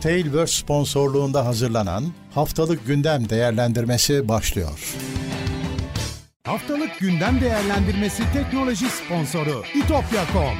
Tailverse sponsorluğunda hazırlanan Haftalık Gündem Değerlendirmesi başlıyor. Haftalık Gündem Değerlendirmesi teknoloji sponsoru itopya.com.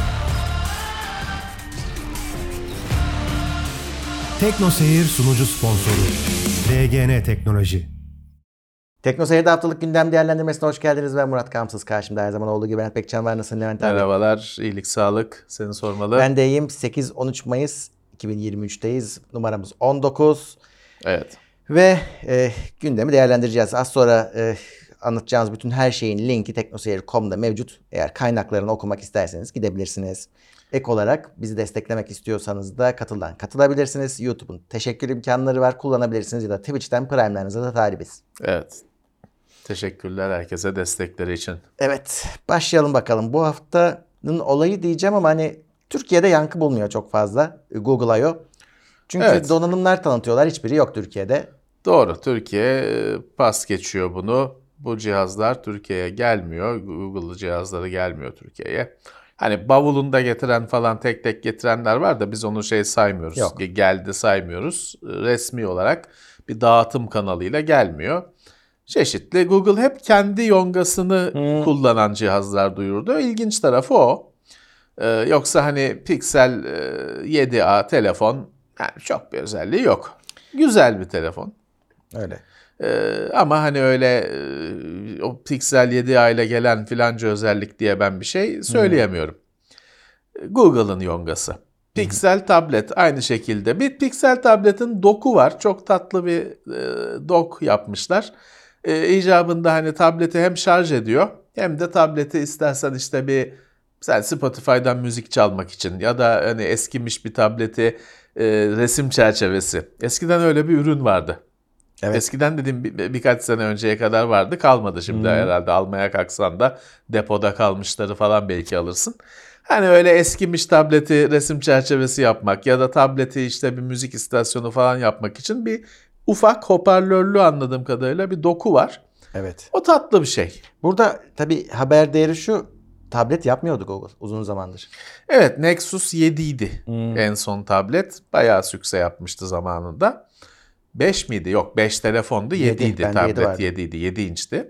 TeknoSeyir sunucu sponsoru DGN Teknoloji. TeknoSeyir'de haftalık gündem değerlendirmesine hoş geldiniz. Ben Murat Kamsız. Karşımda her zaman olduğu gibi Levent Pekcan var. Nasılsın Levent abi? Merhabalar, iyilik, sağlık. Seni sormalı. Ben de iyiyim. 8-13 Mayıs 2023'teyiz. Numaramız 19. Evet. Ve gündemi değerlendireceğiz. Az sonra anlatacağımız bütün her şeyin linki teknoseyir.com'da mevcut. Eğer kaynaklarını okumak isterseniz gidebilirsiniz. Ek olarak bizi desteklemek istiyorsanız da Katıl'dan katılabilirsiniz. YouTube'un teşekkür imkanları var. Kullanabilirsiniz ya da Twitch'ten Prime'lerinize de talibiz. Evet. Teşekkürler herkese destekleri için. Evet, başlayalım bakalım. Bu haftanın olayı diyeceğim ama hani Türkiye'de yankı bulmuyor çok fazla Google I.O. Çünkü Evet. donanımlar tanıtıyorlar. Hiçbiri yok Türkiye'de. Doğru. Türkiye pas geçiyor bunu. Bu cihazlar Türkiye'ye gelmiyor. Google cihazları gelmiyor Türkiye'ye. Hani bavulunda getiren falan tek tek getirenler var da biz onu saymıyoruz. Yok. Geldi saymıyoruz. Resmi olarak bir dağıtım kanalıyla gelmiyor. Çeşitli. Google hep kendi yongasını kullanan cihazlar duyurdu. İlginç tarafı o. Yoksa hani Pixel 7a telefon yani çok bir özelliği yok. Güzel bir telefon. Öyle. Ama hani öyle o Pixel 7a ile gelen filanca özellik diye ben bir şey söyleyemiyorum. Google'ın yongası. Pixel tablet aynı şekilde. Bir Pixel tabletin doku var. Çok tatlı bir dok yapmışlar. İcabında hani tableti hem şarj ediyor hem de tableti istersen işte sen Spotify'dan müzik çalmak için ya da hani eskimiş bir tableti resim çerçevesi. Eskiden öyle bir ürün vardı. Evet. Eskiden dediğim birkaç sene önceye kadar vardı. Kalmadı şimdi herhalde. Almaya kalksan da depoda kalmışları falan belki alırsın. Hani öyle eskimiş tableti resim çerçevesi yapmak ya da tableti işte bir müzik istasyonu falan yapmak için bir ufak hoparlörlü anladığım kadarıyla bir doku var. Evet. O tatlı bir şey. Burada tabii haber değeri şu. Tablet yapmıyordu Google uzun zamandır. Evet, Nexus 7 idi en son tablet. Bayağı sükse yapmıştı zamanında. 5 miydi? Yok, 5 telefondu. 7 idi bende tablet. 7 7 idi. 7 inçti.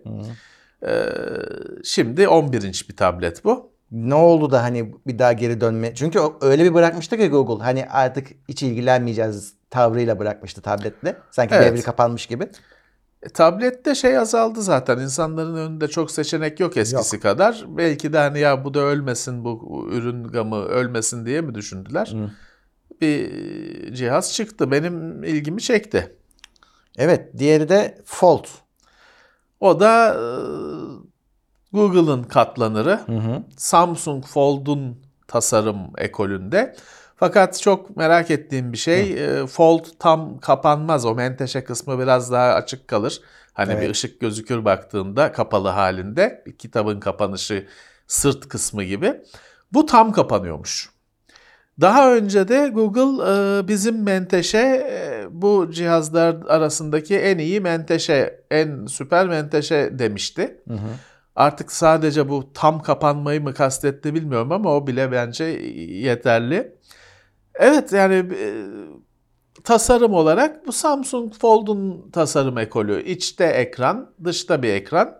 Şimdi 11 inç bir tablet bu. Ne oldu da hani bir daha geri dönme? Çünkü öyle bir bırakmıştı ki Google. Hani artık hiç ilgilenmeyeceğiz tavrıyla bırakmıştı tabletle. Sanki Evet. devri kapanmış gibi. Tablette azaldı zaten. İnsanların önünde çok seçenek yok eskisi kadar. Belki de hani ya bu da ölmesin, bu ürün gamı ölmesin diye mi düşündüler? Bir cihaz çıktı. Benim ilgimi çekti. Evet. Diğeri de Fold. O da Google'ın katlanırı. Samsung Fold'un tasarım ekolünde. Fakat çok merak ettiğim bir şey, Fold tam kapanmaz. O menteşe kısmı biraz daha açık kalır. Hani Evet. bir ışık gözükür baktığında kapalı halinde. Bir kitabın kapanışı sırt kısmı gibi. Bu tam kapanıyormuş. Daha önce de Google bizim menteşe bu cihazlar arasındaki en iyi menteşe, en süper menteşe demişti. Artık sadece bu tam kapanmayı mı kastetti bilmiyorum ama o bile bence yeterli. Evet yani tasarım olarak bu Samsung Fold'un tasarım ekolü. İçte ekran, dışta bir ekran.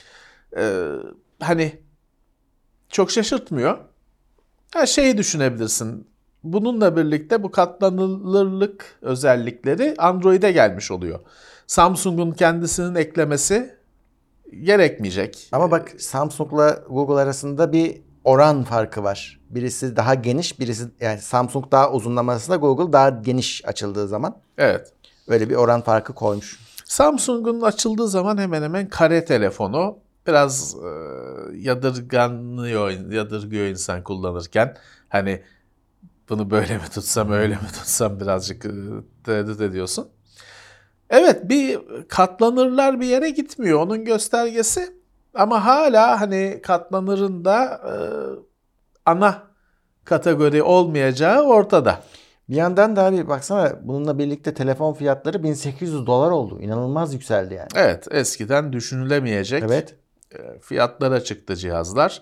Hani çok şaşırtmıyor. Her şeyi düşünebilirsin. Bununla birlikte bu katlanılırlık özellikleri Android'e gelmiş oluyor. Samsung'un kendisinin eklemesi gerekmeyecek. Ama bak Samsung'la Google arasında bir oran farkı var. Birisi daha geniş, birisi yani Samsung daha uzunlamasında Google daha geniş açıldığı zaman. Evet. Öyle bir oran farkı koymuş. Samsung'un açıldığı zaman hemen hemen kare telefonu biraz yadırgıyor insan kullanırken. Hani bunu böyle mi tutsam, öyle mi tutsam birazcık tereddüt ediyorsun. Evet, bir katlanırlar bir yere gitmiyor. Onun göstergesi. Ama hala hani katlanırın da ana kategori olmayacağı ortada. Bir yandan da abi baksana bununla birlikte telefon fiyatları $1.800 oldu. İnanılmaz yükseldi yani. Evet, eskiden düşünülemeyecek Evet. fiyatlara çıktı cihazlar.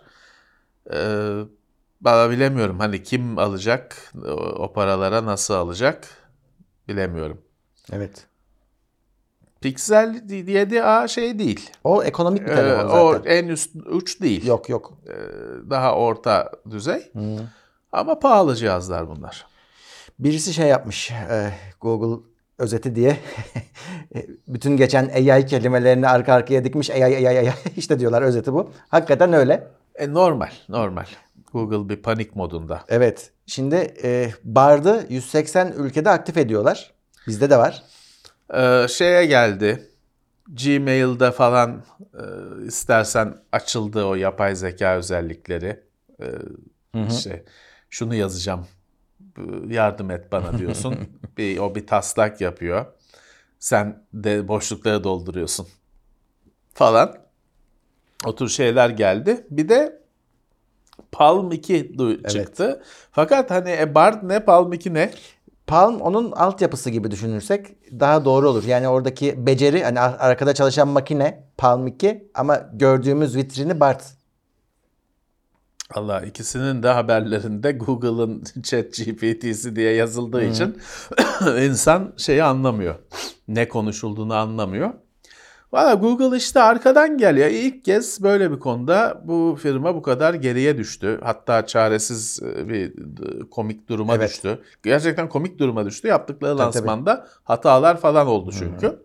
Bana bilemiyorum hani kim alacak, o paralara nasıl alacak? Bilemiyorum. Evet. Pixel 7a şey değil. O ekonomik bir telefon O zaten. en üst uç değil. Yok. Daha orta düzey. Ama pahalı cihazlar bunlar. Birisi şey yapmış, Google özeti diye bütün geçen AI kelimelerini arka arkaya dikmiş. AI işte diyorlar, özeti bu. Hakikaten öyle. Normal. Google bir panik modunda. Evet. Şimdi Bard'ı 180 ülkede aktif ediyorlar. Bizde de var. Şeye geldi. Gmail'de falan istersen açıldı o yapay zeka özellikleri. İşte şunu yazacağım. Yardım et bana diyorsun. O bir taslak yapıyor. Sen de boşlukları dolduruyorsun falan. O tür şeyler geldi. Bir de Palm 2 çıktı. Fakat hani Bard ne, Palm 2 ne? Palm onun altyapısı gibi düşünürsek daha doğru olur. Yani oradaki beceri, hani arkada çalışan makine Palm 2 ama gördüğümüz vitrini Bard. Allah, ikisinin de haberlerinde Google'ın ChatGPT'si diye yazıldığı için insan şeyi anlamıyor. Ne konuşulduğunu anlamıyor. Valla Google işte arkadan geliyor. İlk kez böyle bir konuda bu firma bu kadar geriye düştü. Hatta çaresiz bir komik duruma düştü. Gerçekten komik duruma düştü. Yaptıkları lansmanda hatalar falan oldu çünkü.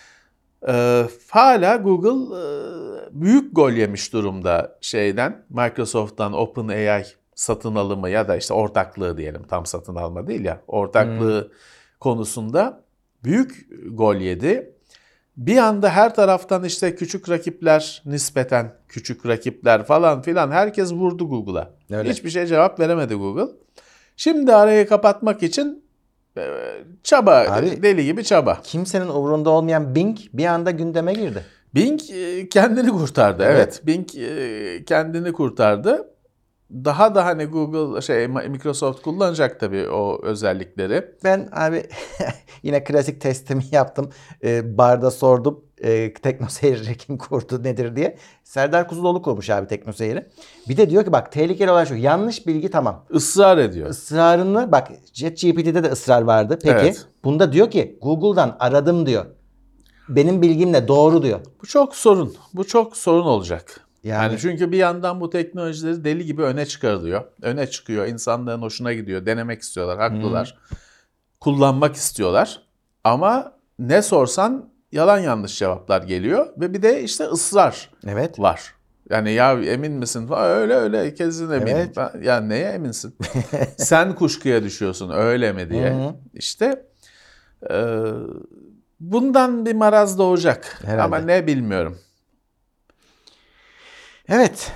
Hala Google büyük gol yemiş durumda Microsoft'tan OpenAI satın alımı ya da işte ortaklığı diyelim, tam satın alma değil ya, ortaklığı konusunda büyük gol yedi. Bir anda her taraftan işte küçük rakipler, nispeten küçük rakipler falan filan, herkes vurdu Google'a. Hiçbir şey cevap veremedi Google. Şimdi arayı kapatmak için çaba, abi, deli gibi çaba. Kimsenin umurunda olmayan Bing bir anda gündeme girdi. Bing kendini kurtardı. Evet. Bing kendini kurtardı. Daha da hani Google Microsoft kullanacak tabii o özellikleri. Ben abi yine klasik testimi yaptım. Barda sordum. TeknoSeyir kim kurdu nedir diye. Serdar Kuzuloğlu kurmuş abi TeknoSeyir'i. Bir de diyor ki bak, tehlikeli olan şu. Yanlış bilgi tamam. Israr ediyor. Israrını bak, ChatGPT'de de ısrar vardı. Peki bunda diyor ki Google'dan aradım diyor. Benim bilgimle doğru diyor. Bu çok sorun. Bu çok sorun olacak. Yani çünkü bir yandan bu teknolojileri deli gibi öne çıkarılıyor. Öne çıkıyor. İnsanların hoşuna gidiyor. Denemek istiyorlar. Haklılar. Kullanmak istiyorlar. Ama ne sorsan yalan yanlış cevaplar geliyor. Ve bir de işte ısrar var. Yani ya emin misin? Öyle kesin eminim. Ya neye eminsin? Sen kuşkuya düşüyorsun öyle mi diye. İşte bundan bir maraz doğacak. Herhalde. Ama ne bilmiyorum. Evet.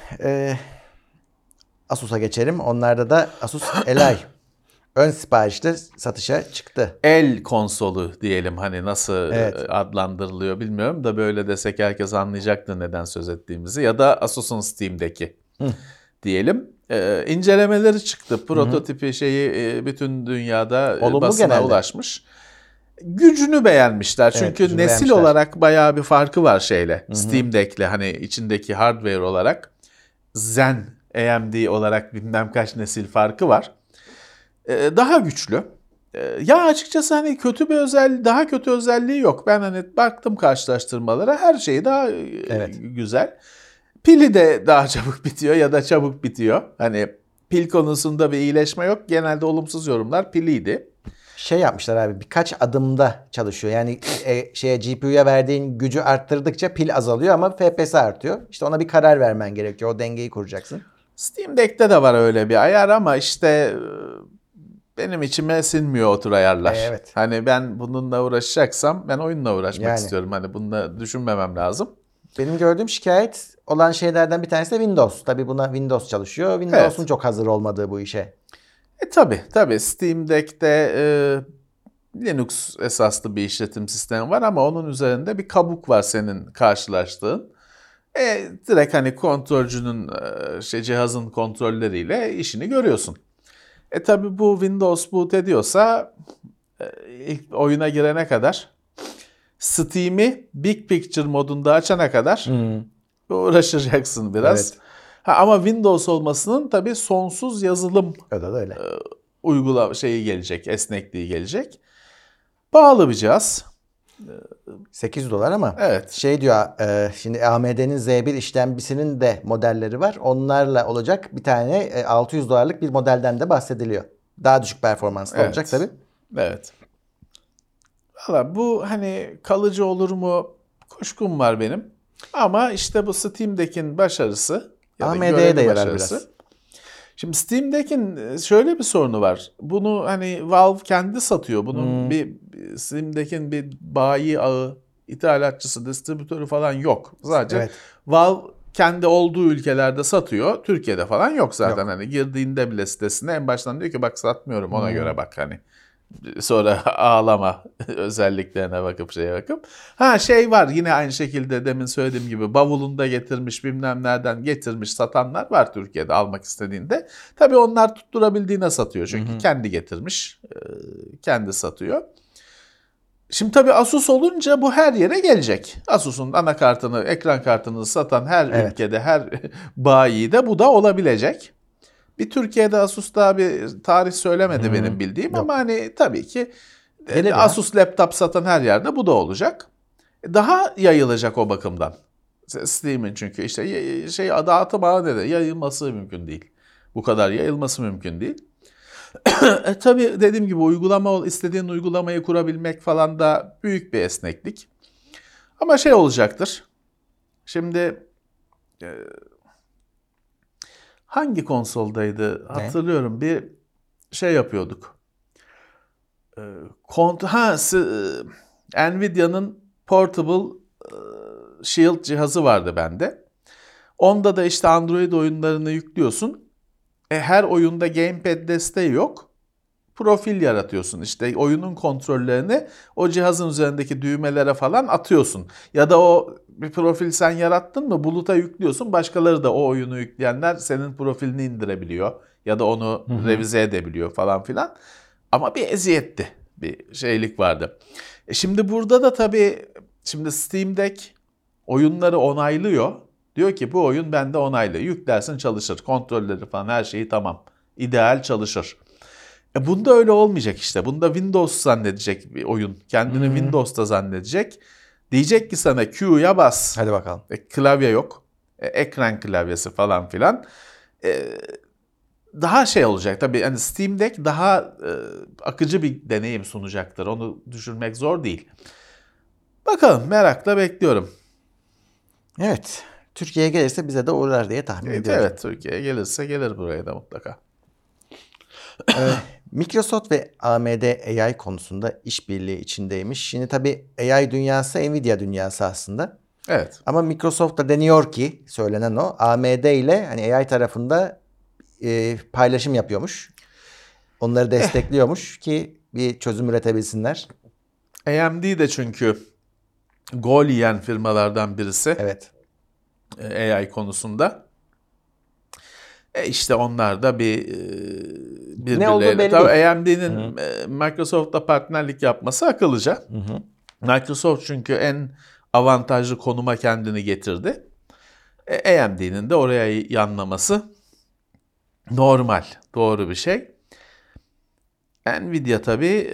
Asus'a geçelim. Onlarda da Asus Ally ön siparişte satışa çıktı. El konsolu diyelim, hani nasıl adlandırılıyor bilmiyorum da, böyle desek herkes anlayacaktır neden söz ettiğimizi. Ya da Asus'un Steam'deki diyelim. İncelemeleri çıktı. Prototipi bütün dünyada basına ulaşmış. Gücünü beğenmişler. Çünkü nesil olarak bayağı bir farkı var Steam Deck'le, hani içindeki hardware olarak. Zen, AMD olarak bilmem kaç nesil farkı var. Daha güçlü. Ya açıkçası hani daha kötü özelliği yok. Ben hani baktım karşılaştırmalara, her şeyi daha güzel. Pili de daha çabuk bitiyor ya da çabuk bitiyor. Hani pil konusunda bir iyileşme yok. Genelde olumsuz yorumlar piliydi. Yapmışlar abi, birkaç adımda çalışıyor. Yani GPU'ya verdiğin gücü arttırdıkça pil azalıyor ama FPS artıyor. İşte ona bir karar vermen gerekiyor. O dengeyi kuracaksın. Steam Deck'te de var öyle bir ayar ama işte benim içime sinmiyor o tür ayarlar. Hani ben bununla uğraşacaksam ben oyunla uğraşmak istiyorum. Hani bununla düşünmemem lazım. Benim gördüğüm şikayet olan şeylerden bir tanesi de Windows. Tabii buna Windows çalışıyor. Windows'un çok hazır olmadığı bu işe. Tabii. Steam Deck'te Linux esaslı bir işletim sistemi var ama onun üzerinde bir kabuk var senin karşılaştığın. Direkt hani kontrolcünün cihazın kontrolleriyle işini görüyorsun. Tabii bu Windows boot ediyorsa ilk oyuna girene kadar, Steam'i Big Picture modunda açana kadar uğraşacaksın biraz. Ama Windows olmasının tabii sonsuz yazılım öyle. Esnekliği gelecek. Pahalı bir cihaz. $800 ama Evet. şey diyor şimdi AMD'nin Z1 işlemcisinin de modelleri var. Onlarla olacak bir tane $600'lık bir modelden de bahsediliyor. Daha düşük performanslı Evet. olacak tabii. Evet. Valla bu hani kalıcı olur mu kuşkum var benim. Ama işte bu Steam Deck'in başarısı ya da AMD'ye göreli de yarar başarısı. biraz. Şimdi Steam Deck'in şöyle bir sorunu var. Bunu hani Valve kendi satıyor. Bunun bir Steam Deck'in bir bayi ağı, ithalatçısı, distribütörü falan yok. Sadece Evet. Valve kendi olduğu ülkelerde satıyor. Türkiye'de falan yok zaten. Yok. Hani girdiğinde bile sitesine en baştan diyor ki bak satmıyorum, ona göre bak hani. Sonra ağlama özelliklerine bakıp şeye bakıp. Ha şey var yine aynı şekilde demin söylediğim gibi bavulunda getirmiş bilmem nereden getirmiş satanlar var Türkiye'de almak istediğinde. Tabii onlar tutturabildiğine satıyor çünkü kendi getirmiş, kendi satıyor. Şimdi tabii Asus olunca bu her yere gelecek. Asus'un anakartını, ekran kartını satan her ülkede, her bayide bu da olabilecek. Bir Türkiye'de Asus daha bir tarih söylemedi benim bildiğim ama hani tabii ki Gelir Asus laptop satan her yerde bu da olacak. Daha yayılacak o bakımdan. Steam'in çünkü işte dağıtım ağı dedi, yayılması mümkün değil. Bu kadar yayılması mümkün değil. Tabii dediğim gibi istediğin uygulamayı kurabilmek falan da büyük bir esneklik. Ama şey olacaktır. Şimdi hangi konsoldaydı hatırlıyorum bir şey yapıyorduk. Nvidia'nın Portable Shield cihazı vardı bende. Onda da işte Android oyunlarını yüklüyorsun. Her oyunda gamepad desteği yok. Profil yaratıyorsun. İşte oyunun kontrollerini o cihazın üzerindeki düğmelere falan atıyorsun. Ya da o bir profil sen yarattın mı buluta yüklüyorsun. Başkaları da o oyunu yükleyenler senin profilini indirebiliyor. Ya da onu revize edebiliyor falan filan. Ama bir eziyetti. Bir şeylik vardı. Şimdi burada da tabii şimdi Steam Deck oyunları onaylıyor. Diyor ki bu oyun bende onaylı. Yüklersin çalışır. Kontrolleri falan her şeyi tamam. İdeal çalışır. Bunda öyle olmayacak işte. Bunda Windows zannedecek bir oyun. Kendini Windows'ta zannedecek. Diyecek ki sana Q'ya bas. Hadi bakalım. Klavye yok. Ekran klavyesi falan filan. Daha şey olacak tabii. Yani Steam Deck daha akıcı bir deneyim sunacaktır. Onu düşünmek zor değil. Bakalım merakla bekliyorum. Evet. Türkiye'ye gelirse bize de uğrar diye tahmin ediyorum. Evet Türkiye'ye gelirse gelir buraya da mutlaka. Microsoft ve AMD AI konusunda işbirliği içindeymiş. Şimdi tabii AI dünyası Nvidia dünyası aslında. Evet. Ama Microsoft da deniyor ki söylenen o AMD ile hani AI tarafında paylaşım yapıyormuş. Onları destekliyormuş ki bir çözüm üretebilsinler. AMD de çünkü gol yiyen firmalardan birisi. Evet. AI konusunda. İşte onlar da birbirleriyle. Tabii AMD'nin Microsoft'la partnerlik yapması akıllıca. Microsoft çünkü en avantajlı konuma kendini getirdi. AMD'nin de oraya yanlaması normal, doğru bir şey. Nvidia tabii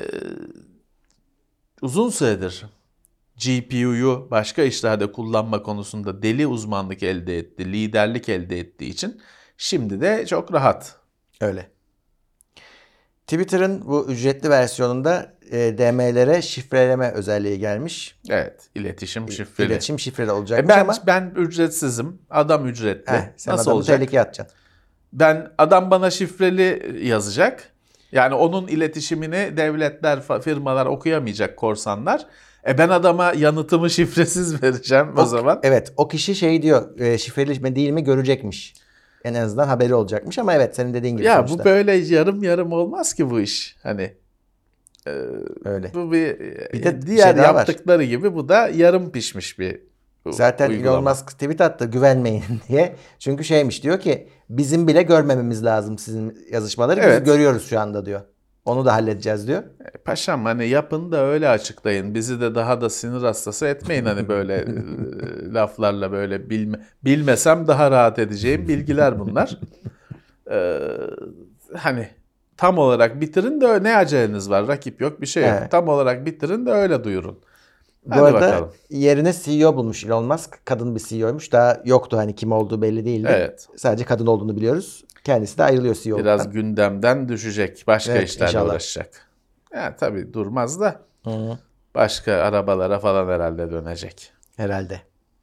uzun süredir GPU'yu başka işlerde kullanma konusunda deli uzmanlık elde etti, liderlik elde ettiği için şimdi de çok rahat. Öyle. Twitter'ın bu ücretli versiyonunda DM'lere şifreleme özelliği gelmiş. Evet, iletişim şifreli. İletişim şifreli olacakmış ama. Ben ücretsizim, adam ücretli. Sen nasıl adamı olacak? tehlikeye atacaksın. Adam bana şifreli yazacak. Yani onun iletişimini devletler, firmalar okuyamayacak, korsanlar. Ben adama yanıtımı şifresiz vereceğim o zaman. Evet, o kişi şey diyor, şifreli mi değil mi görecekmiş. En azından haberi olacakmış ama evet senin dediğin gibi ya sonuçta. bu böyle yarım olmaz ki bu iş. Hani öyle. bu Bir de diğer şey daha var. yaptıkları gibi bu da yarım pişmiş bir Zaten uygulama. Elon Musk tweet attı güvenmeyin diye. Çünkü şeymiş diyor ki bizim bile görmememiz lazım sizin yazışmaları. Biz Evet. görüyoruz şu anda diyor. Onu da halledeceğiz diyor. Paşam hani yapın da öyle açıklayın. Bizi de daha da sinir hastası etmeyin hani böyle laflarla böyle bilmesem daha rahat edeceğim bilgiler bunlar. Hani tam olarak bitirin de ne aceleniz var? Rakip yok, bir şey yok. Evet. Tam olarak bitirin de öyle duyurun. Bu Hadi arada bakalım. yerine CEO bulmuş Elon Musk. Kadın bir CEO'ymuş. Daha yoktu, hani kim olduğu belli değildi. Evet. Sadece kadın olduğunu biliyoruz. Kendisi de ayrılıyor CEO'luktan. Biraz gündemden düşecek. Başka Evet, işlerle inşallah. uğraşacak. Yani tabii durmaz da Hı, başka arabalara falan herhalde dönecek. herhalde.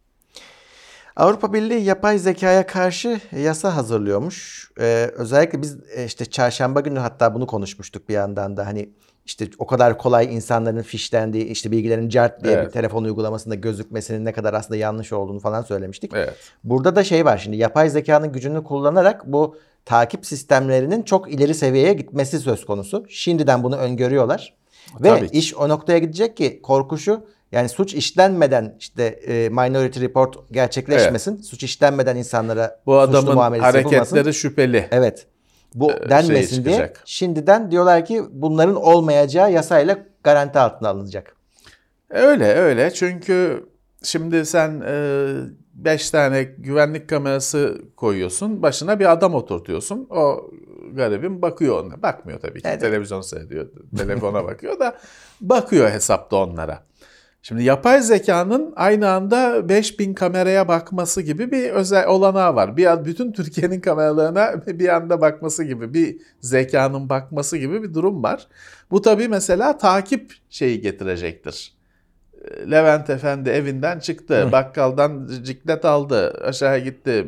Avrupa Birliği yapay zekaya karşı yasa hazırlıyormuş. Özellikle biz işte çarşamba günü hatta bunu konuşmuştuk bir yandan da, hani işte o kadar kolay insanların fişlendiği, işte bilgilerin cart diye bir Evet. telefon uygulamasında gözükmesinin ne kadar aslında yanlış olduğunu falan söylemiştik. Evet. Burada da şey var, şimdi yapay zekanın gücünü kullanarak bu takip sistemlerinin çok ileri seviyeye gitmesi söz konusu. Şimdiden bunu öngörüyorlar. Ve Tabii ki. iş o noktaya gidecek ki, korku şu: yani suç işlenmeden işte Minority Report gerçekleşmesin. Suç işlenmeden insanlara Bu suçlu adamın muamelesi yapılmasın. hareketleri şüpheli. Evet. Bu denmesin diye çıkacak. şimdiden diyorlar ki bunların olmayacağı yasayla garanti altına alınacak. Öyle. Çünkü şimdi sen 5 tane güvenlik kamerası koyuyorsun. Başına bir adam oturtuyorsun. O garibim bakıyor onlara. Bakmıyor tabii ki. Evet. Televizyon seyrediyor. Telefona bakıyor da bakıyor hesapta onlara. Şimdi yapay zekanın aynı anda 5000 kameraya bakması gibi bir özel olanağı var. Bütün Türkiye'nin kameralarına bir anda bakması gibi, bir zekanın bakması gibi bir durum var. Bu tabii mesela takip şeyi getirecektir. Levent Efendi evinden çıktı, bakkaldan ciklet aldı, aşağı gitti,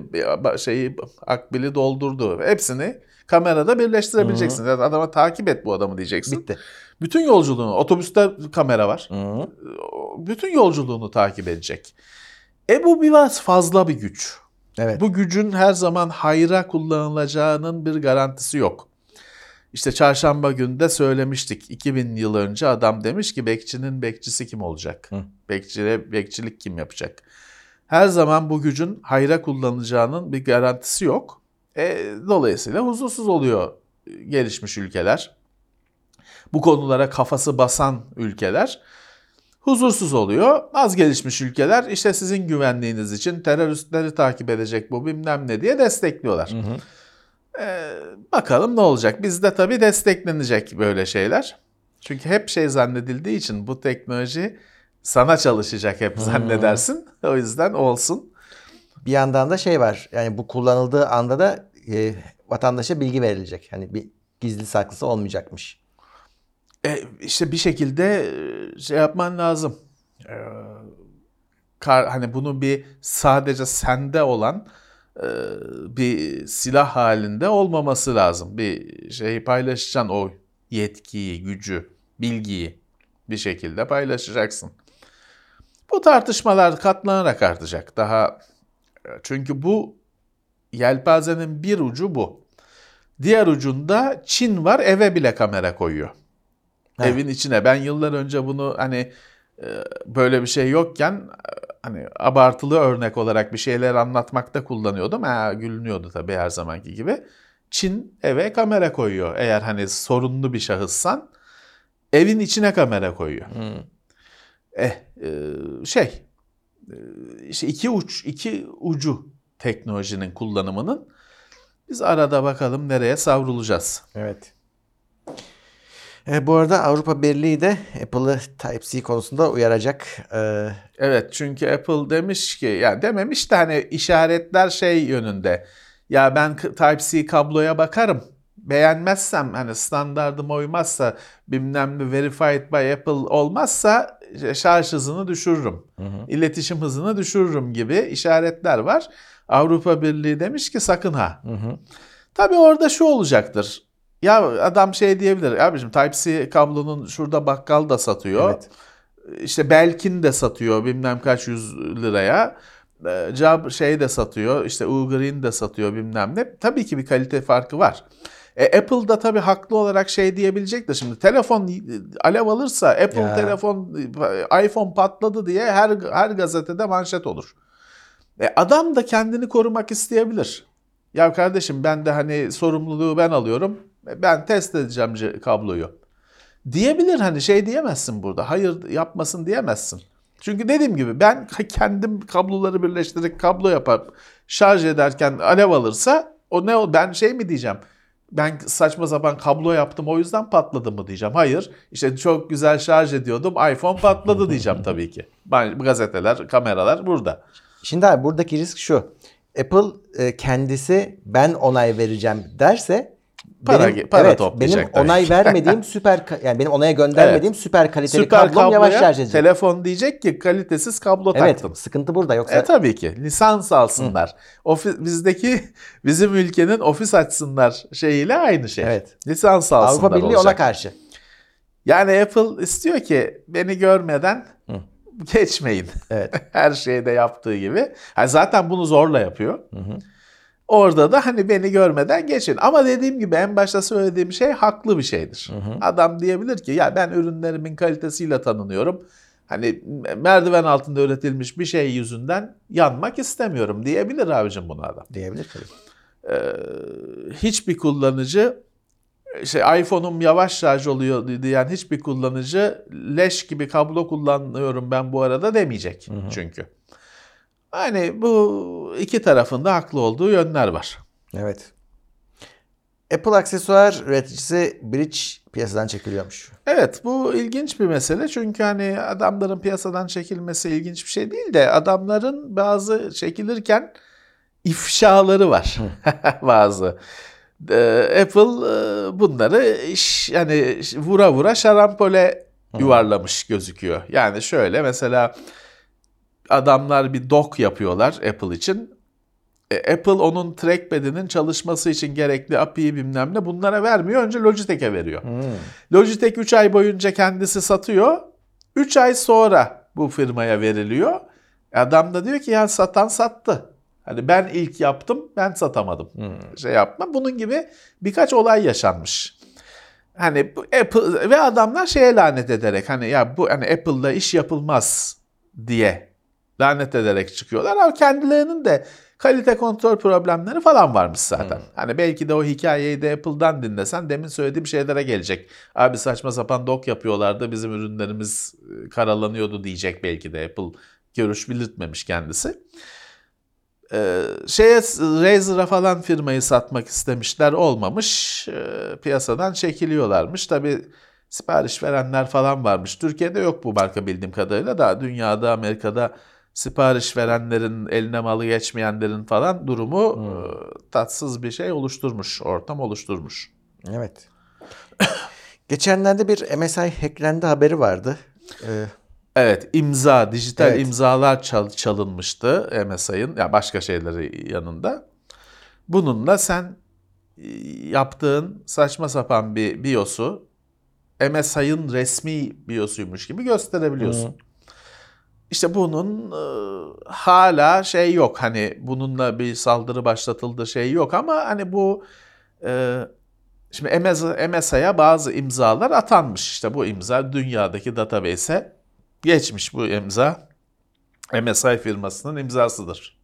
akbili doldurdu. Hepsini kamerada birleştirebileceksin. Yani adama takip et bu adamı diyeceksin. Bitti. Bütün yolculuğunu, otobüste kamera var. Hı. Bütün yolculuğunu takip edecek. Bu biraz fazla bir güç. Evet. Bu gücün her zaman hayra kullanılacağının bir garantisi yok. İşte çarşamba günü de söylemiştik. 2000 yıl önce adam demiş ki bekçinin bekçisi kim olacak? Bekçilik kim yapacak? Her zaman bu gücün hayra kullanılacağının bir garantisi yok. Dolayısıyla huzursuz oluyor gelişmiş ülkeler. Bu konulara kafası basan ülkeler huzursuz oluyor. Az gelişmiş ülkeler işte sizin güvenliğiniz için teröristleri takip edecek bu bilmem ne diye destekliyorlar. Bakalım ne olacak? Bizde tabii desteklenecek böyle şeyler. Çünkü hep şey zannedildiği için bu teknoloji sana çalışacak hep zannedersin. O yüzden olsun. Bir yandan da şey var. Yani bu kullanıldığı anda da vatandaşa bilgi verilecek. Hani bir gizli saklısı olmayacakmış. İşte bir şekilde şey yapman lazım. Hani bunu bir sadece sende olan bir silah halinde olmaması lazım. Bir şeyi paylaşacaksın, o yetkiyi, gücü, bilgiyi bir şekilde paylaşacaksın. Bu tartışmalar katlanarak artacak. Çünkü bu yelpazenin bir ucu bu. Diğer ucunda Çin var, eve bile kamera koyuyor. Heh. Evin içine. Ben yıllar önce bunu hani böyle bir şey yokken hani abartılı örnek olarak bir şeyler anlatmakta kullanıyordum. Gülünüyordu tabii her zamanki gibi. Çin eve kamera koyuyor. Eğer hani sorunlu bir şahıssan evin içine kamera koyuyor. İşte iki ucu teknolojinin kullanımının. Biz arada bakalım nereye savrulacağız. Evet. Bu arada Avrupa Birliği de Apple'ı Type-C konusunda uyaracak. Evet, çünkü Apple demiş ki, yani dememiş de hani işaretler şey yönünde. Ya ben Type-C kabloya bakarım. Beğenmezsem, hani standardıma uymazsa, bilmem ne verified by Apple olmazsa şarj hızını düşürürüm. İletişim hızını düşürürüm gibi işaretler var. Avrupa Birliği demiş ki sakın ha. Tabii orada şu olacaktır. Ya adam şey diyebilir. Abiciğim Type-C kablonun şurada bakkal da satıyor. Evet. İşte Belkin de satıyor bilmem kaç 100 liraya. Şey de satıyor. İşte Ugreen de satıyor bilmem ne. Tabii ki bir kalite farkı var. Apple'da tabii haklı olarak şey diyebilecek de, şimdi telefon alev alırsa Apple telefon iPhone patladı diye her gazetede manşet olur. Adam da kendini korumak isteyebilir. Ya kardeşim ben de hani sorumluluğu ben alıyorum. Ben test edeceğim kabloyu. Diyebilir, hani şey diyemezsin burada. Hayır yapmasın diyemezsin. Çünkü dediğim gibi ben kendim kabloları birleştirerek kablo yapıp şarj ederken alev alırsa ben şey mi diyeceğim? ben saçma sapan kablo yaptım o yüzden patladı mı diyeceğim. Hayır, işte çok güzel şarj ediyordum, iPhone patladı diyeceğim tabii ki. Gazeteler, kameralar burada. Şimdi abi buradaki risk şu. Apple kendisi ben onay vereceğim derse Para toplayacak benim tabii. onay vermediğim yani benim onaya göndermediğim süper kaliteli kablom yavaş şarj edecek. Telefon diyecek ki kalitesiz kablo Evet, taktım. sıkıntı burada yoksa. Tabii ki lisans alsınlar. Bizim ülkenin ofis açsınlar şeyiyle aynı şey. Evet. Lisans alsınlar Avrupa Birliği olacak. ona karşı. Yani Apple istiyor ki beni görmeden geçmeyin. Evet. Her şeyde yaptığı gibi. Yani zaten bunu zorla yapıyor. Orada da hani beni görmeden geçin. Ama dediğim gibi en başta söylediğim şey haklı bir şeydir. Adam diyebilir ki ya ben ürünlerimin kalitesiyle tanınıyorum. Hani merdiven altında üretilmiş bir şey yüzünden yanmak istemiyorum diyebilir abicim bunu adam. Diyebilir tabii. Hiçbir kullanıcı iPhone'um yavaş şarj oluyor diyen hiçbir kullanıcı leş gibi kablo kullanıyorum ben bu arada demeyecek çünkü. Hani bu iki tarafında haklı olduğu yönler var. Evet. Apple aksesuar üreticisi Bridge piyasadan çekiliyormuş. Evet, bu ilginç bir mesele çünkü hani adamların piyasadan çekilmesi ilginç bir şey değil de adamların bazı çekilirken ifşaları var bazı. Apple bunları yani vura vura şarampole yuvarlamış gözüküyor. Yani şöyle mesela adamlar bir dock yapıyorlar Apple için. Apple onun trackpad'inin çalışması için gerekli API'yi bilmem ne bunlara vermiyor. Önce Logitech'e veriyor. Logitech 3 ay boyunca kendisi satıyor. 3 ay sonra bu firmaya veriliyor. Adam da diyor ki ya satan sattı. Hani ben ilk yaptım, ben satamadım. Yapma. Bunun gibi birkaç olay yaşanmış. Hani Apple ve adamlar şeye lanet ederek hani ya bu hani Apple'da iş yapılmaz diye lanet ederek çıkıyorlar. Ama kendilerinin de kalite kontrol problemleri falan varmış zaten. Hani belki de o hikayeyi de Apple'dan dinlesen demin söylediğim şeylere gelecek. Abi saçma sapan dock yapıyorlardı, bizim ürünlerimiz karalanıyordu diyecek belki de Apple. Görüş belirtmemiş kendisi. Razer'a falan firmayı satmak istemişler, olmamış. Piyasadan çekiliyorlarmış. Tabii sipariş verenler falan varmış. Türkiye'de yok bu marka bildiğim kadarıyla da dünyada, Amerika'da sipariş verenlerin, eline malı geçmeyenlerin falan durumu tatsız bir şey oluşturmuş, ortam oluşturmuş. Evet. Geçenlerde bir MSI hacklendi haberi vardı. Evet, dijital imzalar çalınmıştı MSI'ın, yani başka şeyleri yanında. Bununla sen yaptığın saçma sapan bir BIOS'u MSI'ın resmi BIOS'uymuş gibi gösterebiliyorsun. İşte bunun hala yok, hani bununla bir saldırı başlatıldı yok ama hani bu şimdi MSI'ya bazı imzalar atanmış. İşte bu imza dünyadaki database'e geçmiş, bu imza MSI firmasının imzasıdır.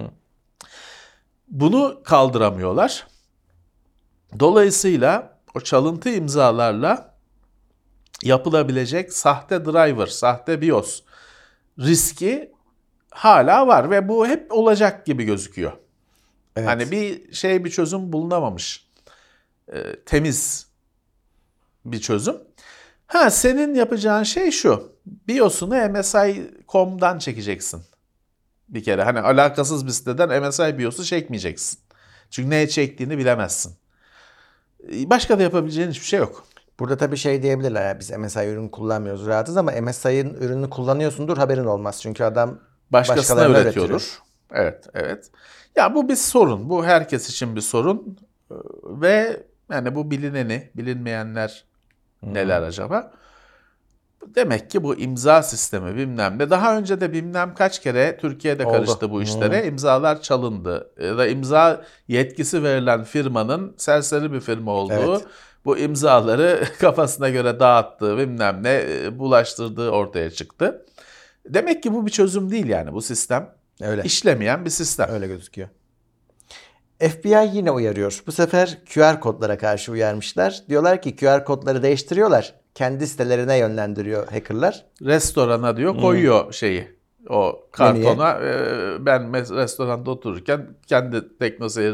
Bunu kaldıramıyorlar. Dolayısıyla o çalıntı imzalarla yapılabilecek sahte driver, sahte BIOS riski hala var ve bu hep olacak gibi gözüküyor. Evet. Hani bir çözüm bulunamamış. Temiz bir çözüm. Senin yapacağın şey şu. BIOS'unu MSI.com'dan çekeceksin. Bir kere hani alakasız bir siteden MSI BIOS'u çekmeyeceksin. Çünkü neye çektiğini bilemezsin. Başka da yapabileceğin hiçbir şey yok. Burada tabii diyebilirler ya, biz MSI ürünü kullanmıyoruz, rahatız, ama MSI'nin ürününü kullanıyorsundur, haberin olmaz. Çünkü adam başkasına üretiyordur. Evet. Ya bu bir sorun. Bu herkes için bir sorun. Ve yani bu bilinmeyenler neler acaba? Demek ki bu imza sistemi bilmem ne. Daha önce de bilmem kaç kere Türkiye'de karıştı bu işlere. İmzalar çalındı. Ya da imza yetkisi verilen firmanın serseri bir firma olduğu, bu imzaları kafasına göre dağıttığı bilmem ne bulaştırdığı ortaya çıktı. Demek ki bu bir çözüm değil yani bu sistem. Öyle. İşlemeyen bir sistem. Öyle gözüküyor. FBI yine uyarıyor. Bu sefer QR kodlara karşı uyarmışlar. Diyorlar ki QR kodları değiştiriyorlar. Kendi sitelerine yönlendiriyor hackerlar. Restorana diyor koyuyor o kartona. Ben restoranda otururken kendi TeknoSeyir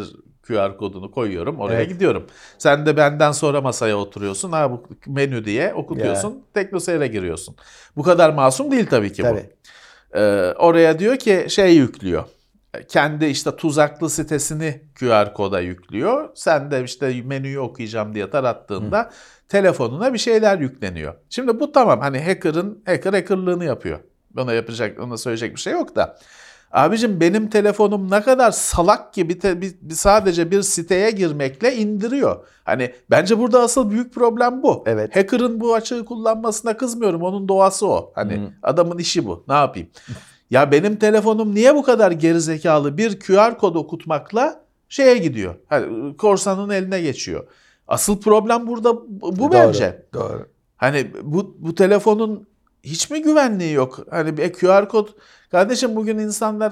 QR kodunu koyuyorum, oraya Evet. gidiyorum. Sen de benden sonra masaya oturuyorsun. Ha bu menü diye okutuyorsun. TeknoSeyir'e giriyorsun. Bu kadar masum değil tabii ki bu. Tabii. Oraya diyor ki şey yüklüyor. Kendi işte tuzaklı sitesini QR koda yüklüyor. Sen de işte menüyü okuyacağım diye tarattığında telefonuna bir şeyler yükleniyor. Şimdi bu tamam, hani hacker hackerlığını yapıyor. Ona söyleyecek bir şey yok da. Abicim benim telefonum ne kadar salak ki sadece bir siteye girmekle indiriyor. Hani bence burada asıl büyük problem bu. Evet. Hacker'ın bu açığı kullanmasına kızmıyorum. Onun doğası o. Hani adamın işi bu. Ne yapayım? Ya benim telefonum niye bu kadar gerizekalı bir QR kod okutmakla şeye gidiyor? Hani korsanın eline geçiyor. Asıl problem burada bu bence. Doğru. Hani bu telefonun hiç mi güvenliği yok? Hani bir QR kod, kardeşim bugün insanlar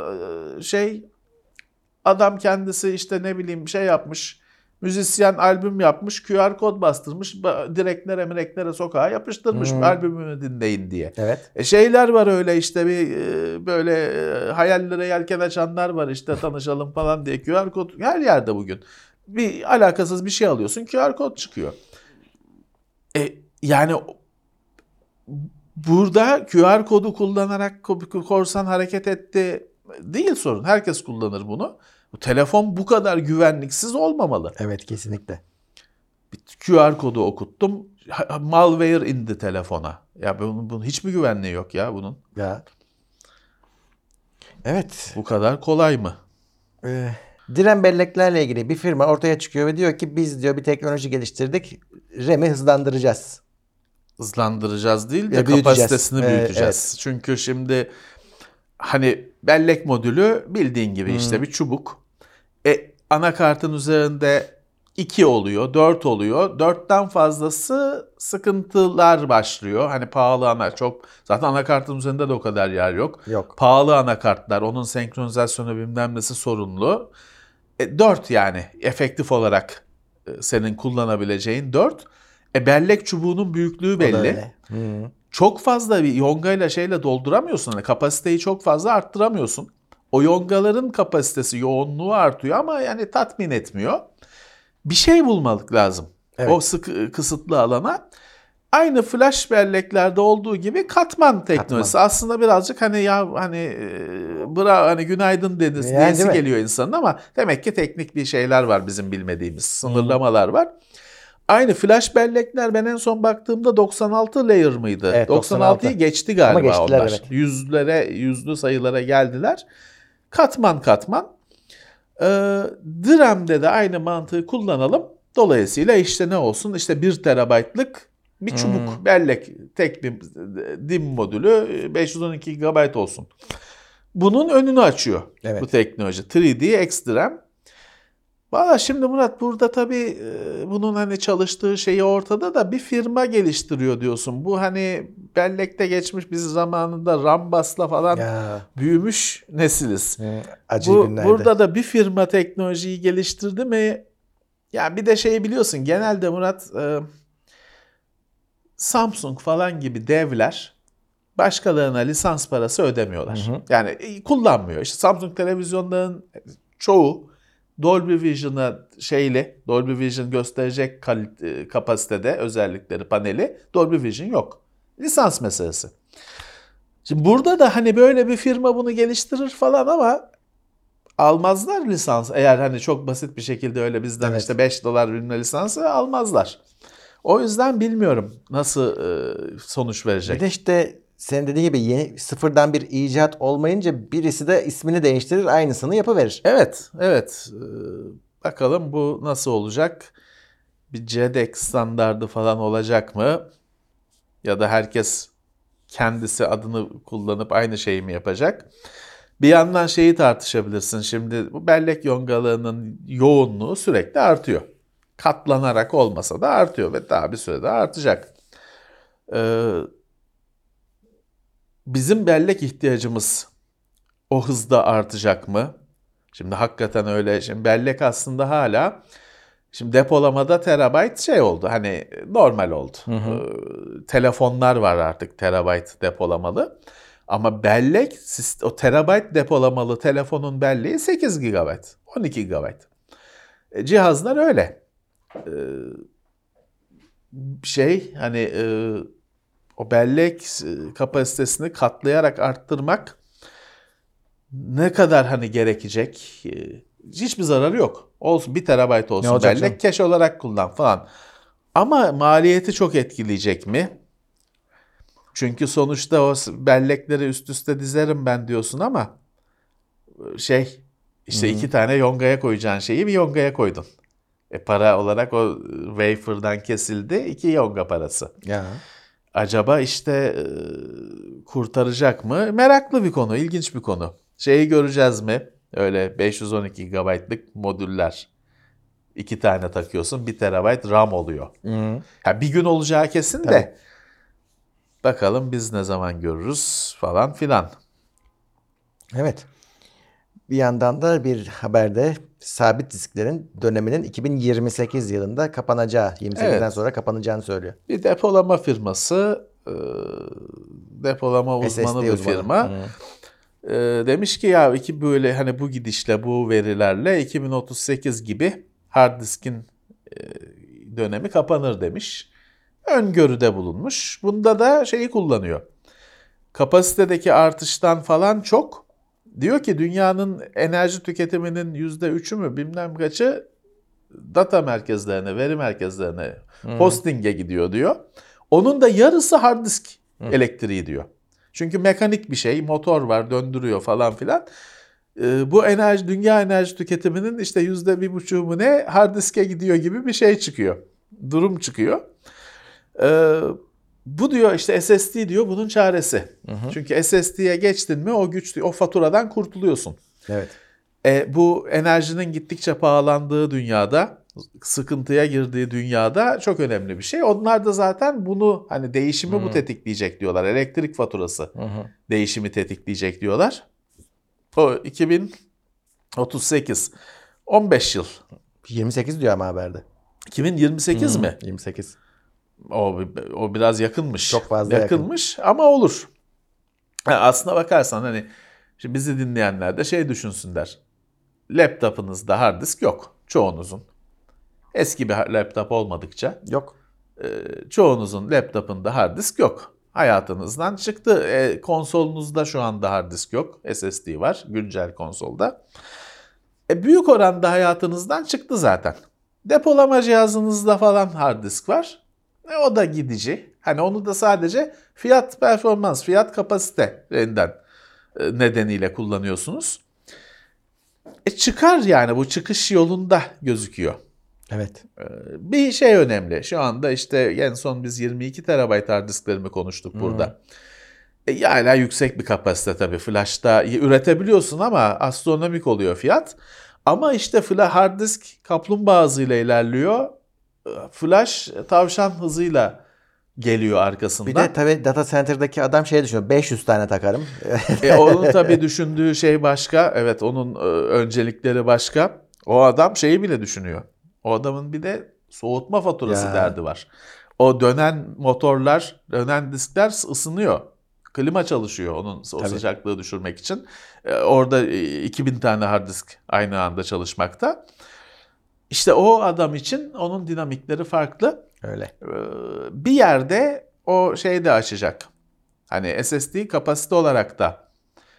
adam kendisi işte ne bileyim şey yapmış, müzisyen albüm yapmış, QR kod bastırmış, direklere sokağa yapıştırmış albümünü dinleyin diye. Evet. Şeyler var öyle işte böyle hayallere yelken açanlar var işte tanışalım falan diye QR kod her yerde bugün. Bir alakasız bir şey alıyorsun, QR kod çıkıyor. Yani burada QR kodu kullanarak korsan hareket etti değil sorun. Herkes kullanır bunu. Bu telefon bu kadar güvenliksiz olmamalı. Evet, kesinlikle. Bir QR kodu okuttum. Malware indi telefona. Ya bunun hiç mi güvenliği yok ya bunun? Ya. Evet. Bu kadar kolay mı? Diren belleklerle ilgili bir firma ortaya çıkıyor ve diyor ki biz diyor bir teknoloji geliştirdik. RAM'i hızlandıracağız. Hızlandıracağız değil de Büyüteceğiz. kapasitesini büyüteceğiz. Evet. Çünkü şimdi hani bellek modülü bildiğin gibi işte bir çubuk. Anakartın üzerinde 2 oluyor, 4 oluyor. 4'ten fazlası sıkıntılar başlıyor. Hani pahalı zaten anakartın üzerinde de o kadar yer yok. Yok. Pahalı anakartlar, onun senkronizasyonu bilmem nesi sorunlu. 4 yani efektif olarak senin kullanabileceğin 4. Bellek çubuğunun büyüklüğü belli. Çok fazla bir yongayla şeyle dolduramıyorsun. Hani kapasiteyi çok fazla arttıramıyorsun. O yongaların kapasitesi, yoğunluğu artıyor ama yani tatmin etmiyor. Bir şey bulmalık lazım. Evet. O kısıtlı alana. Aynı flash belleklerde olduğu gibi katman teknolojisi. Aslında birazcık hani günaydın diyesi geliyor insanın ama demek ki teknik bir şeyler var bizim bilmediğimiz. Sınırlamalar var. Aynı flash bellekler ben en son baktığımda 96 layer mıydı? Evet, 96'yı geçti galiba ama geçtiler, onlar. Evet. Yüzlü sayılara geldiler. Katman. DRAM'de de aynı mantığı kullanalım. Dolayısıyla işte ne olsun? İşte 1 terabaytlık bir çubuk bellek, tek bir DIMM modülü 512 GB olsun. Bunun önünü açıyor bu teknoloji. 3D XDRAM. Valla şimdi Murat burada tabii bunun hani çalıştığı şeyi ortada da bir firma geliştiriyor diyorsun. Bu hani bellekte geçmiş biz zamanında Rambas'la falan büyümüş nesiliz. Acı günlerde. Burada da bir firma teknolojiyi geliştirdi mi? Ya bir de şeyi biliyorsun genelde Murat Samsung falan gibi devler başkalarına lisans parası ödemiyorlar. Yani kullanmıyor. İşte Samsung televizyonların çoğu Dolby Vision gösterecek kapasitede özellikleri paneli Dolby Vision yok. Lisans meselesi. Şimdi burada da hani böyle bir firma bunu geliştirir falan ama almazlar lisans. Eğer hani çok basit bir şekilde öyle bizden işte $5 bilmem lisansı almazlar. O yüzden bilmiyorum nasıl sonuç verecek. Bir de işte senin dediğin gibi sıfırdan bir icat olmayınca birisi de ismini değiştirir, aynısını yapıverir. Evet. Bakalım bu nasıl olacak? Bir JEDEC standardı falan olacak mı? Ya da herkes kendisi adını kullanıp aynı şeyi mi yapacak? Bir yandan şeyi tartışabilirsin. Şimdi bu bellek yongalarının yoğunluğu sürekli artıyor. Katlanarak olmasa da artıyor ve daha bir sürede artacak. Bizim bellek ihtiyacımız o hızda artacak mı? Şimdi hakikaten öyle. Şimdi bellek aslında hala şimdi depolamada terabayt şey oldu. Hani normal oldu. Telefonlar var artık terabayt depolamalı. Ama bellek o terabayt depolamalı telefonun belleği 8 GB, 12 GB. Cihazlar öyle. Hani o bellek kapasitesini katlayarak arttırmak ne kadar hani gerekecek? Hiçbir zararı yok. Olsun 1 terabayt olsun bellek canım? Cache olarak kullan falan. Ama maliyeti çok etkileyecek mi? Çünkü sonuçta o bellekleri üst üste dizerim ben diyorsun ama işte 2 tane yongaya koyacağın şeyi bir yongaya koydun. Para olarak o wafer'dan kesildi 2 yonga parası. Ya. Acaba işte kurtaracak mı? Meraklı bir konu, ilginç bir konu. Şeyi göreceğiz mi? Öyle 512 GB'lık modüller. 2 tane takıyorsun 1 terabayt RAM oluyor. Yani bir gün olacağı kesin de. Tabii. Bakalım biz ne zaman görürüz falan filan. Evet. Bir yandan da bir haberde sabit disklerin döneminin 2028 yılında kapanacağı, 28'den sonra kapanacağını söylüyor. Bir depolama firması, depolama uzmanı bir firma. Demiş ki ya böyle hani bu gidişle, bu verilerle 2038 gibi hard diskin dönemi kapanır demiş. Öngörüde bulunmuş. Bunda da şeyi kullanıyor. Kapasitedeki artıştan falan çok diyor ki dünyanın enerji tüketiminin %3'ü mü bilmem kaçı data merkezlerine, veri merkezlerine, hosting'e gidiyor diyor. Onun da yarısı hard disk elektriği diyor. Çünkü mekanik bir şey, motor var, döndürüyor falan filan. Bu dünya enerji tüketiminin işte %1,5'u mu ne hard diske gidiyor gibi bir şey çıkıyor. Durum çıkıyor. Bu diyor işte SSD diyor bunun çaresi. Çünkü SSD'ye geçtin mi o faturadan kurtuluyorsun. Evet. Bu enerjinin gittikçe pahalandığı dünyada, sıkıntıya girdiği dünyada çok önemli bir şey. Onlar da zaten bunu hani değişimi bu tetikleyecek diyorlar. Elektrik faturası değişimi tetikleyecek diyorlar. O 2038. 15 yıl. 28 diyor ama haberde. 2028 mi? 28. O biraz yakınmış. Çok fazla yakınmış ama olur. Aslına bakarsan hani şimdi bizi dinleyenler de düşünsünler. Laptopunuzda hard disk yok çoğunuzun. Eski bir laptop olmadıkça yok. Çoğunuzun laptopunda hard disk yok. Hayatınızdan çıktı. Konsolunuzda şu anda hard disk yok. SSD var güncel konsolda. Büyük oranda hayatınızdan çıktı zaten. Depolama cihazınızda falan hard disk var. O da gidici. Hani onu da sadece fiyat performans, fiyat kapasitesinden nedeniyle kullanıyorsunuz. Çıkar yani bu çıkış yolunda gözüküyor. Evet. Bir şey önemli. Şu anda işte en son biz 22 terabayt hard disklerimi konuştuk burada. Hala yüksek bir kapasite tabii. Flash'ta üretebiliyorsun ama astronomik oluyor fiyat. Ama işte hard disk kaplumbağa hızıyla ilerliyor. Flash tavşan hızıyla geliyor arkasından. Bir de tabii data center'daki adam düşünüyor. 500 tane takarım. Onun tabii düşündüğü şey başka. Evet onun öncelikleri başka. O adam bile düşünüyor. O adamın bir de soğutma faturası derdi var. O dönen motorlar, dönen diskler ısınıyor. Klima çalışıyor onun sıcaklığı düşürmek için. Orada 2000 tane hard disk aynı anda çalışmakta. İşte o adam için onun dinamikleri farklı. Öyle. Bir yerde o de aşacak. Hani SSD kapasite olarak da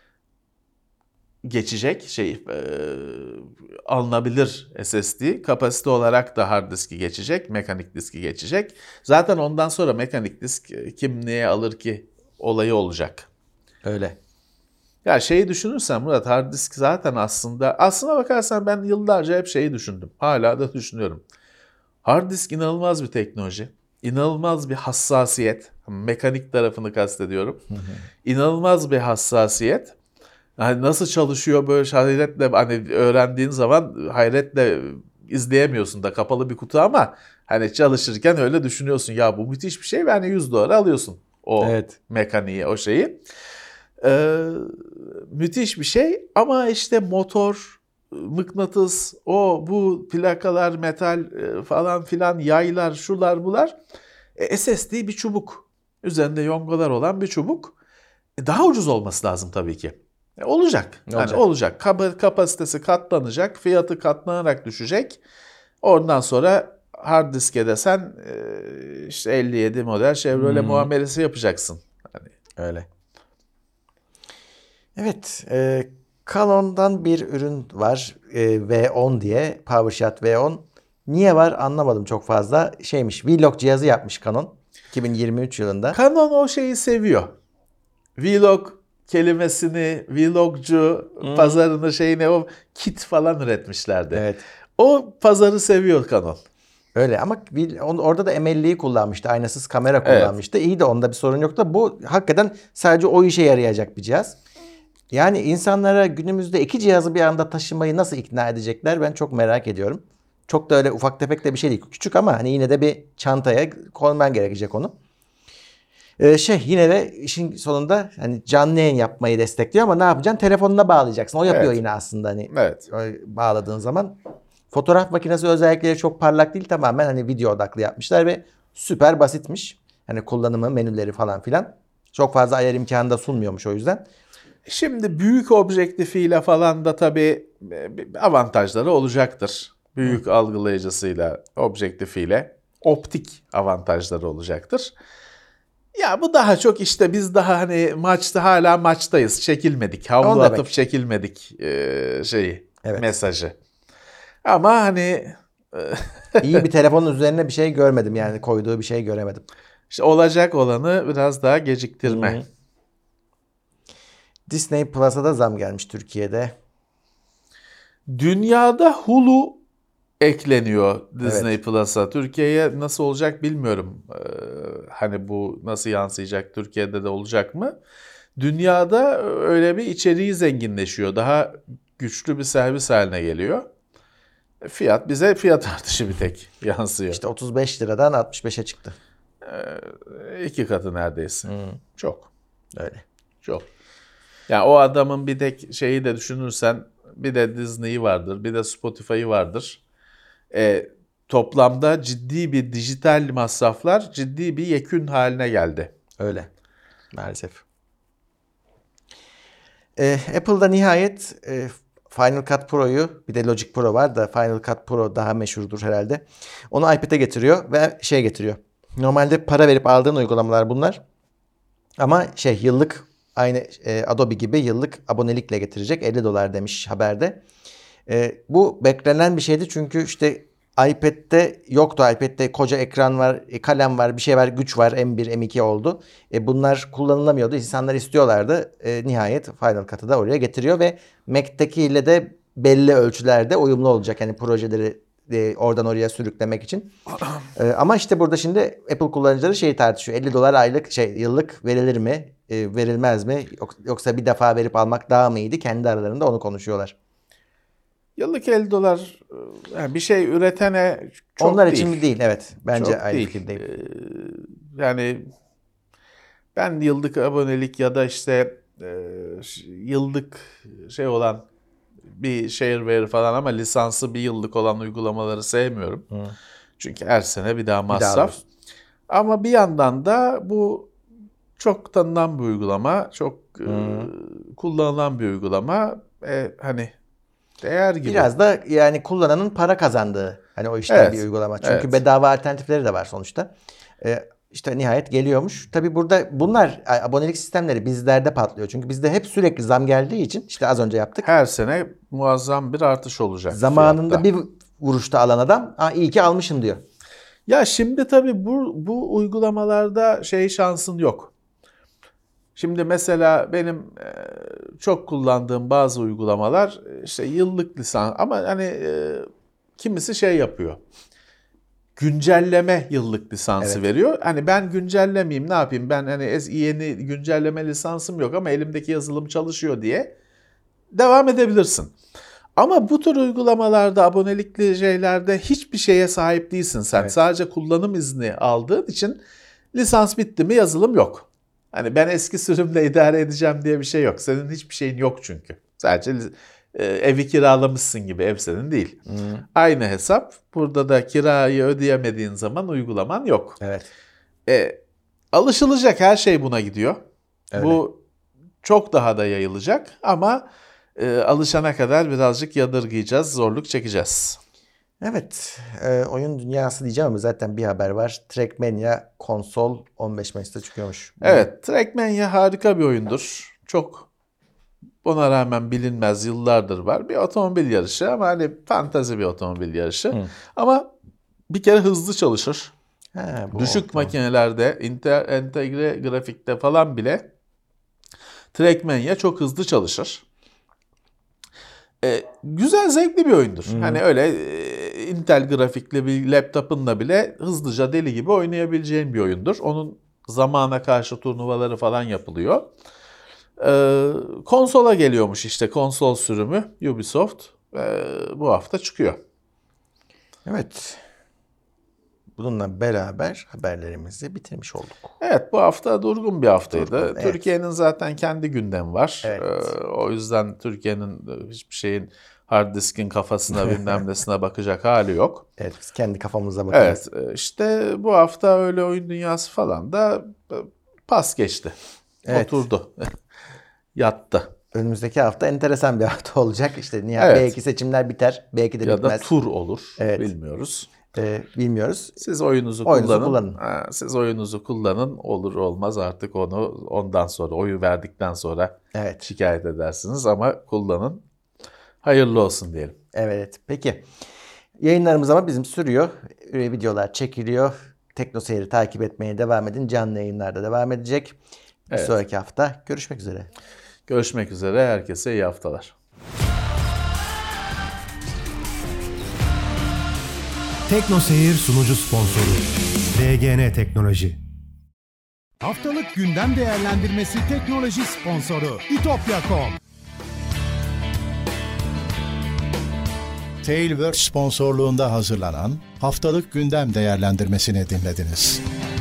geçecek alınabilir SSD kapasite olarak da hard diski geçecek, mekanik diski geçecek. Zaten ondan sonra mekanik disk kim neye alır ki olayı olacak. Öyle. Ya düşünürsen Murat hard disk zaten aslına bakarsan ben yıllarca hep düşündüm. Hala da düşünüyorum. Hard disk inanılmaz bir teknoloji. İnanılmaz bir hassasiyet. Mekanik tarafını kastediyorum. İnanılmaz bir hassasiyet. Yani nasıl çalışıyor böyle hayretle hani öğrendiğin zaman hayretle izleyemiyorsun da kapalı bir kutu ama hani çalışırken öyle düşünüyorsun ya bu müthiş bir şey ve hani $100 alıyorsun o mekaniği o şeyi. Müthiş bir şey ama işte motor, mıknatıs, bu plakalar, metal falan filan yaylar, şular bular. SSD bir çubuk. Üzerinde yongalar olan bir çubuk. Daha ucuz olması lazım tabii ki. Olacak. Yani olacak. Kapasitesi katlanacak, fiyatı katlanarak düşecek. Ondan sonra hard diske desen işte 57 model Chevrolet muamelesi yapacaksın. Hani. Öyle. Evet. Canon'dan bir ürün var. V10 diye. PowerShot V10. Niye var anlamadım çok fazla. Şeymiş, vlog cihazı yapmış Canon. 2023 yılında. Canon o şeyi seviyor. Vlog kelimesini, vlogcu pazarını şeyine o kit falan üretmişlerdi. Evet. O pazarı seviyor Canon. Öyle ama orada da M50'yi kullanmıştı. Aynasız kamera kullanmıştı. İyi de onda bir sorun yok da bu hakikaten sadece o işe yarayacak bir cihaz. Yani insanlara günümüzde iki cihazı bir anda taşımayı nasıl ikna edecekler ben çok merak ediyorum. Çok da öyle ufak tefek de bir şey değil. Küçük ama hani yine de bir çantaya koyman gerekecek onu. Yine de işin sonunda hani canlı yayın yapmayı destekliyor ama ne yapacaksın? Telefonuna bağlayacaksın. O yapıyor yine aslında hani bağladığın zaman. Fotoğraf makinesi özellikleri çok parlak değil, tamamen hani video odaklı yapmışlar ve süper basitmiş. Hani kullanımı, menüleri falan filan. Çok fazla ayar imkanı da sunmuyormuş o yüzden. Şimdi büyük objektifiyle falan da tabii avantajları olacaktır. Büyük algılayıcısıyla, objektifiyle optik avantajları olacaktır. Ya bu daha çok işte biz daha hani hala maçtayız. Çekilmedik. Havlu atıp çekilmedik mesajı. Ama hani iyi bir telefonun üzerine bir şey görmedim, yani koyduğu bir şey göremedim. İşte olacak olanı biraz daha geciktirme. Disney Plus'a da zam gelmiş Türkiye'de. Dünyada Hulu ekleniyor Disney Plus'a. Türkiye'ye nasıl olacak bilmiyorum. Hani bu nasıl yansıyacak, Türkiye'de de olacak mı? Dünyada öyle bir içeriği zenginleşiyor. Daha güçlü bir servis haline geliyor. Bize fiyat artışı bir tek yansıyor. İşte 35 liradan 65'e çıktı. 2 katı neredeyse. Çok. Öyle. Çok. Yani o adamın bir tek şeyi de düşünürsen bir de Disney'i vardır, bir de Spotify'ı vardır. Toplamda ciddi bir dijital masraflar ciddi bir yekün haline geldi. Öyle. Maalesef. Apple'da nihayet Final Cut Pro'yu, bir de Logic Pro var da Final Cut Pro daha meşhurdur herhalde. Onu iPad'e getiriyor ve getiriyor. Normalde para verip aldığın uygulamalar bunlar. Ama yıllık aynı Adobe gibi yıllık abonelikle getirecek. $50 demiş haberde. Bu beklenen bir şeydi çünkü işte iPad'de yoktu. iPad'de koca ekran var, kalem var, bir şey var, güç var. M1, M2 oldu. Bunlar kullanılamıyordu. İnsanlar istiyorlardı. Nihayet Final Cut'ı da oraya getiriyor ve Mac'tekiyle de belli ölçülerde uyumlu olacak. Yani projeleri oradan oraya sürüklemek için. Ama işte burada şimdi Apple kullanıcıları tartışıyor. $50 aylık yıllık verilir mi? Verilmez mi? Yoksa bir defa verip almak daha mı iyiydi? Kendi aralarında onu konuşuyorlar. Yıllık $50 yani bir şey üretene çok onlar değil. için değil, evet. Bence çok aynı değil. fikirdeyim. Yani ben yıllık abonelik ya da işte yıllık olan bir shareware falan ama lisansı bir yıllık olan uygulamaları sevmiyorum. Çünkü her sene bir daha masraf. Ama bir yandan da bu çok tanınan bir uygulama, çok kullanılan bir uygulama. Hani değer gibi. Biraz da yani kullananın para kazandığı hani o işten bir uygulama. Çünkü bedava alternatifleri de var sonuçta. İşte nihayet geliyormuş. Tabii burada bunlar abonelik sistemleri bizlerde patlıyor. Çünkü bizde hep sürekli zam geldiği için işte az önce yaptık. Her sene muazzam bir artış olacak. Zamanında fiyatta. Bir vuruşta alan adam iyi ki almışım diyor. Ya şimdi tabii bu uygulamalarda şansın yok. Şimdi mesela benim çok kullandığım bazı uygulamalar işte yıllık lisans ama hani kimisi yapıyor. Güncelleme yıllık lisansı veriyor. Hani ben güncellemeyeyim, ne yapayım? Ben hani yeni güncelleme lisansım yok ama elimdeki yazılım çalışıyor diye devam edebilirsin. Ama bu tür uygulamalarda, abonelikli şeylerde hiçbir şeye sahip değilsin sen. Sadece kullanım izni aldığın için lisans bitti mi yazılım yok. Hani ben eski sürümle idare edeceğim diye bir şey yok. Senin hiçbir şeyin yok çünkü. Sadece evi kiralamışsın gibi, ev senin değil. Aynı hesap. Burada da kirayı ödeyemediğin zaman uygulaman yok. Evet. Alışılacak, her şey buna gidiyor. Öyle. Bu çok daha da yayılacak ama alışana kadar birazcık yadırgayacağız, zorluk çekeceğiz. Evet, oyun dünyası diyeceğim ama zaten bir haber var. Trackmania konsol 15 Mayıs'ta çıkıyormuş. Evet, Trackmania harika bir oyundur. Çok ona rağmen bilinmez, yıllardır var. Bir otomobil yarışı ama hani fantazi bir otomobil yarışı. Ama bir kere hızlı çalışır. Düşük makinelerde, entegre grafikte falan bile Trackmania çok hızlı çalışır. Güzel, zevkli bir oyundur. Hani öyle Intel grafikli bir laptopunla bile hızlıca deli gibi oynayabileceğin bir oyundur. Onun zamana karşı turnuvaları falan yapılıyor. Konsola geliyormuş işte, konsol sürümü Ubisoft bu hafta çıkıyor. Evet. Bununla beraber haberlerimizi bitirmiş olduk. Evet, bu hafta durgun bir haftaydı. Durgun, evet. Türkiye'nin zaten kendi gündemi var. Evet. O yüzden Türkiye'nin hiçbir şeyin hard diskin kafasına bilmem nesine bakacak hali yok. Evet, biz kendi kafamıza bakarız. Evet, işte bu hafta öyle oyun dünyası falan da pas geçti. Evet. Oturdu. Yattı. Önümüzdeki hafta enteresan bir hafta olacak. İşte Evet. belki seçimler biter, belki de Ya bitmez. da tur olur. Evet. Bilmiyoruz. Bilmiyoruz. Siz oyunuzu kullanın. Siz oyunuzu kullanın. Olur olmaz artık onu ondan sonra, oyu verdikten sonra Evet. şikayet edersiniz ama kullanın. Hayırlı olsun diyelim. Evet. Peki. Yayınlarımız ama bizim sürüyor. Videolar çekiliyor. TeknoSeyir'i takip etmeye devam edin. Canlı yayınlarda devam edecek. Bir Evet. sonraki hafta görüşmek üzere. Görüşmek üzere. Herkese iyi haftalar. TeknoSeyir sunucu sponsoru DGN Teknoloji. Haftalık gündem değerlendirmesi teknoloji sponsoru itopya.com. Tailwords sponsorluğunda hazırlanan haftalık gündem değerlendirmesini dinlediniz.